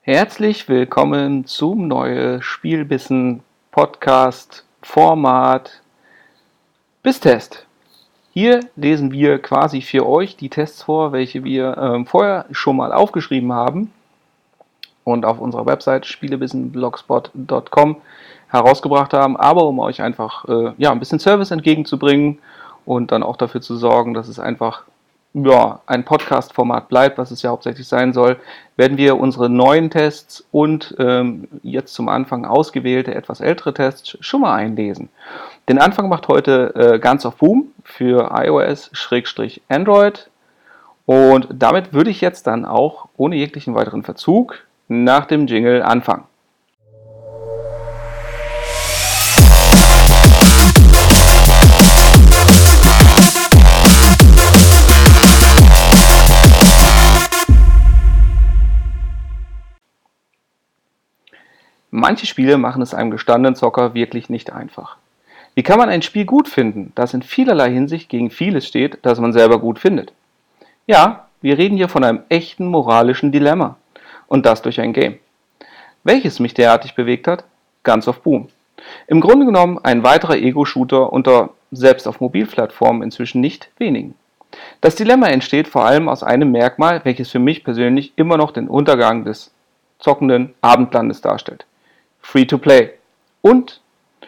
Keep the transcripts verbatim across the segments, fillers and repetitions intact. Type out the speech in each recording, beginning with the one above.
Herzlich willkommen zum neuen Spielbissen Podcast Format Bisstest. Hier lesen wir quasi für euch die Tests vor, welche wir ähm, vorher schon mal aufgeschrieben haben und auf unserer Website spielebissen blogspot punkt com herausgebracht haben, aber um euch einfach äh, ja, ein bisschen Service entgegenzubringen und dann auch dafür zu sorgen, dass es einfach ja, ein Podcast-Format bleibt, was es ja hauptsächlich sein soll, werden wir unsere neuen Tests und ähm, jetzt zum Anfang ausgewählte, etwas ältere Tests schon mal einlesen. Den Anfang macht heute äh, Guns of Boom für iOS/Android und damit würde ich jetzt dann auch ohne jeglichen weiteren Verzug nach dem Jingle anfangen. Manche Spiele machen es einem gestandenen Zocker wirklich nicht einfach. Wie kann man ein Spiel gut finden, das in vielerlei Hinsicht gegen vieles steht, das man selber gut findet? Ja, wir reden hier von einem echten moralischen Dilemma. Und das durch ein Game. Welches mich derartig bewegt hat? Guns of Boom. Im Grunde genommen ein weiterer Ego-Shooter unter selbst auf Mobilplattformen inzwischen nicht wenigen. Das Dilemma entsteht vor allem aus einem Merkmal, welches für mich persönlich immer noch den Untergang des zockenden Abendlandes darstellt. Free-to-Play und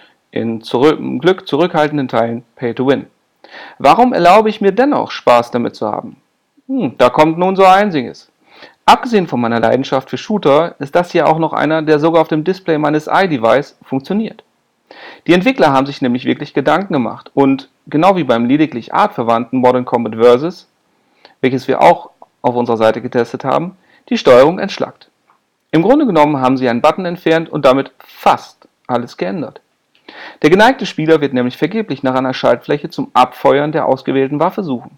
in zurück, Glück zurückhaltenden Teilen Pay-to-Win. Warum erlaube ich mir dennoch Spaß damit zu haben? Hm, da kommt nun so einziges. Abgesehen von meiner Leidenschaft für Shooter ist das hier auch noch einer, der sogar auf dem Display meines iDevice funktioniert. Die Entwickler haben sich nämlich wirklich Gedanken gemacht und genau wie beim lediglich artverwandten Modern Combat Versus, welches wir auch auf unserer Seite getestet haben, die Steuerung entschlackt. Im Grunde genommen haben sie einen Button entfernt und damit fast alles geändert. Der geneigte Spieler wird nämlich vergeblich nach einer Schaltfläche zum Abfeuern der ausgewählten Waffe suchen.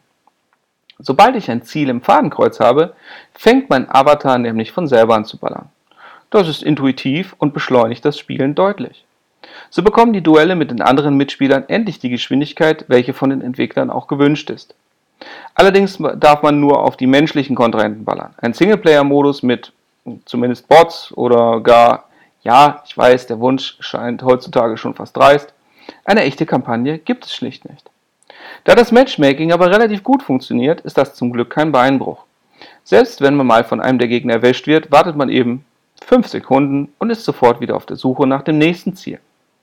Sobald ich ein Ziel im Fadenkreuz habe, fängt mein Avatar nämlich von selber an zu ballern. Das ist intuitiv und beschleunigt das Spielen deutlich. So bekommen die Duelle mit den anderen Mitspielern endlich die Geschwindigkeit, welche von den Entwicklern auch gewünscht ist. Allerdings darf man nur auf die menschlichen Kontrahenten ballern. Ein Singleplayer-Modus mit zumindest Bots oder gar, ja, ich weiß, der Wunsch scheint heutzutage schon fast dreist, eine echte Kampagne gibt es schlicht nicht. Da das Matchmaking aber relativ gut funktioniert, ist das zum Glück kein Beinbruch. Selbst wenn man mal von einem der Gegner erwischt wird, wartet man eben fünf Sekunden und ist sofort wieder auf der Suche nach dem nächsten Ziel.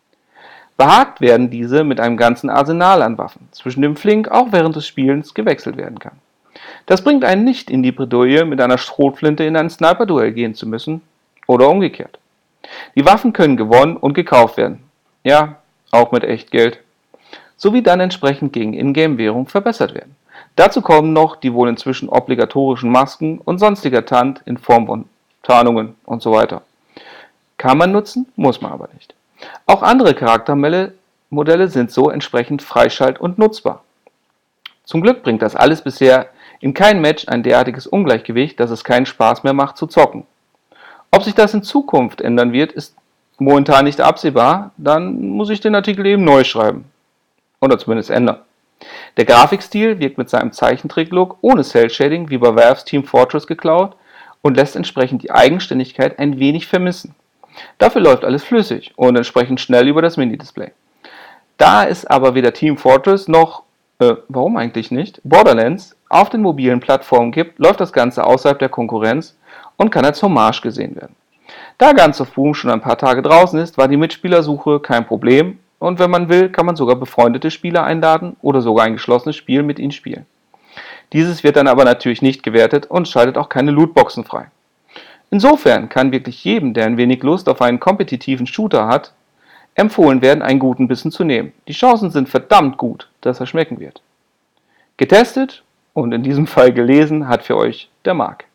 Behagt werden diese mit einem ganzen Arsenal an Waffen, zwischen dem flink auch während des Spielens gewechselt werden kann. Das bringt einen nicht in die Bredouille, mit einer Schrotflinte in ein Sniper-Duell gehen zu müssen oder umgekehrt. Die Waffen können gewonnen und gekauft werden. Ja, auch mit Echtgeld. Sowie dann entsprechend gegen Ingame-Währung verbessert werden. Dazu kommen noch die wohl inzwischen obligatorischen Masken und sonstiger Tand in Form von Tarnungen und so weiter. Kann man nutzen, muss man aber nicht. Auch andere Charaktermodelle sind so entsprechend freischalt- und nutzbar. Zum Glück bringt das alles bisher in keinem Match ein derartiges Ungleichgewicht, dass es keinen Spaß mehr macht zu zocken. Ob sich das in Zukunft ändern wird, ist momentan nicht absehbar, dann muss ich den Artikel eben neu schreiben. Oder zumindest ändern. Der Grafikstil wirkt mit seinem Zeichentrick-Look ohne Cell-Shading wie bei Valves Team Fortress geklaut und lässt entsprechend die Eigenständigkeit ein wenig vermissen. Dafür läuft alles flüssig und entsprechend schnell über das Mini-Display. Da es aber weder Team Fortress noch, äh, warum eigentlich nicht, Borderlands auf den mobilen Plattformen gibt, läuft das Ganze außerhalb der Konkurrenz und kann als Hommage gesehen werden. Da Guns of Boom schon ein paar Tage draußen ist, war die Mitspielersuche kein Problem und wenn man will, kann man sogar befreundete Spieler einladen oder sogar ein geschlossenes Spiel mit ihnen spielen. Dieses wird dann aber natürlich nicht gewertet und schaltet auch keine Lootboxen frei. Insofern kann wirklich jedem, der ein wenig Lust auf einen kompetitiven Shooter hat, empfohlen werden, einen guten Bissen zu nehmen. Die Chancen sind verdammt gut, dass er schmecken wird. Getestet und in diesem Fall gelesen hat für euch der Marc.